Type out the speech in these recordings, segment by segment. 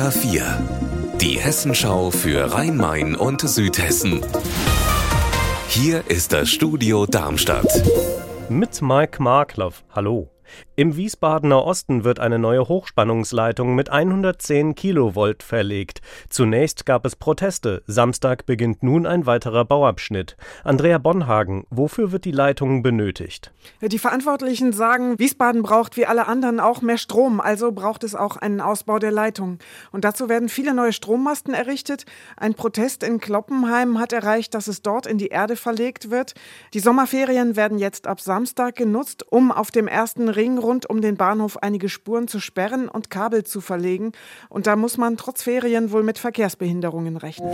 HR4, die Hessenschau für Rhein-Main und Südhessen. Hier ist das Studio Darmstadt. Mit Mike Markloff. Hallo. Im Wiesbadener Osten wird eine neue Hochspannungsleitung mit 110 Kilovolt verlegt. Zunächst gab es Proteste. Samstag beginnt nun ein weiterer Bauabschnitt. Andrea Bonhagen, wofür wird die Leitung benötigt? Die Verantwortlichen sagen, Wiesbaden braucht wie alle anderen auch mehr Strom, also braucht es auch einen Ausbau der Leitung. Und dazu werden viele neue Strommasten errichtet. Ein Protest in Kloppenheim hat erreicht, dass es dort in die Erde verlegt wird. Die Sommerferien werden jetzt ab Samstag genutzt, um auf dem ersten Ring rund um den Bahnhof einige Spuren zu sperren und Kabel zu verlegen. Und da muss man trotz Ferien wohl mit Verkehrsbehinderungen rechnen.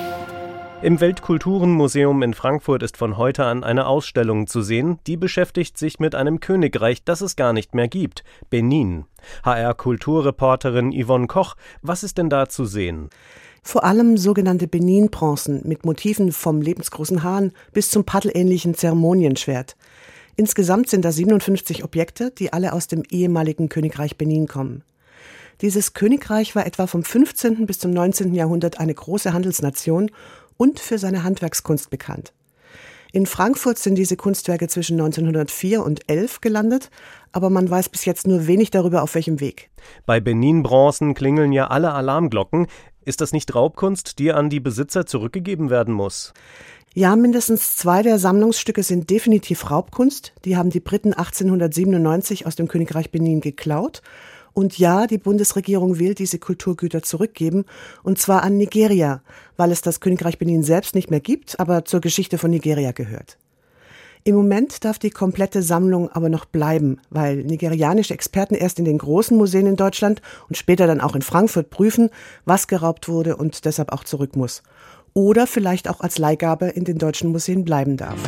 Im Weltkulturenmuseum in Frankfurt ist von heute an eine Ausstellung zu sehen, die beschäftigt sich mit einem Königreich, das es gar nicht mehr gibt, Benin. HR-Kulturreporterin Yvonne Koch, was ist denn da zu sehen? Vor allem sogenannte Benin-Bronzen mit Motiven vom lebensgroßen Hahn bis zum paddelähnlichen Zeremonienschwert. Insgesamt sind da 57 Objekte, die alle aus dem ehemaligen Königreich Benin kommen. Dieses Königreich war etwa vom 15. bis zum 19. Jahrhundert eine große Handelsnation und für seine Handwerkskunst bekannt. In Frankfurt sind diese Kunstwerke zwischen 1904 und 11 gelandet, aber man weiß bis jetzt nur wenig darüber, auf welchem Weg. Bei Benin-Bronzen klingeln ja alle Alarmglocken. Ist das nicht Raubkunst, die an die Besitzer zurückgegeben werden muss? Ja, mindestens 2 der Sammlungsstücke sind definitiv Raubkunst. Die haben die Briten 1897 aus dem Königreich Benin geklaut. Und ja, die Bundesregierung will diese Kulturgüter zurückgeben, und zwar an Nigeria, weil es das Königreich Benin selbst nicht mehr gibt, aber zur Geschichte von Nigeria gehört. Im Moment darf die komplette Sammlung aber noch bleiben, weil nigerianische Experten erst in den großen Museen in Deutschland und später dann auch in Frankfurt prüfen, was geraubt wurde und deshalb auch zurück muss. Oder vielleicht auch als Leihgabe in den deutschen Museen bleiben darf.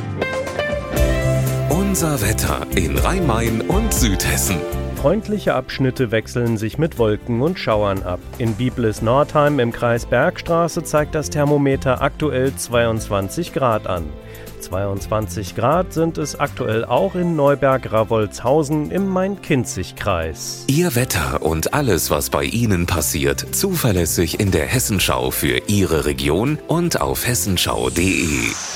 Unser Wetter in Rhein-Main und Südhessen. Freundliche Abschnitte wechseln sich mit Wolken und Schauern ab. In Biblis-Nordheim im Kreis Bergstraße zeigt das Thermometer aktuell 22 Grad an. 22 Grad sind es aktuell auch in Neuberg-Ravolzhausen im Main-Kinzig-Kreis. Ihr Wetter und alles, was bei Ihnen passiert, zuverlässig in der Hessenschau für Ihre Region und auf hessenschau.de.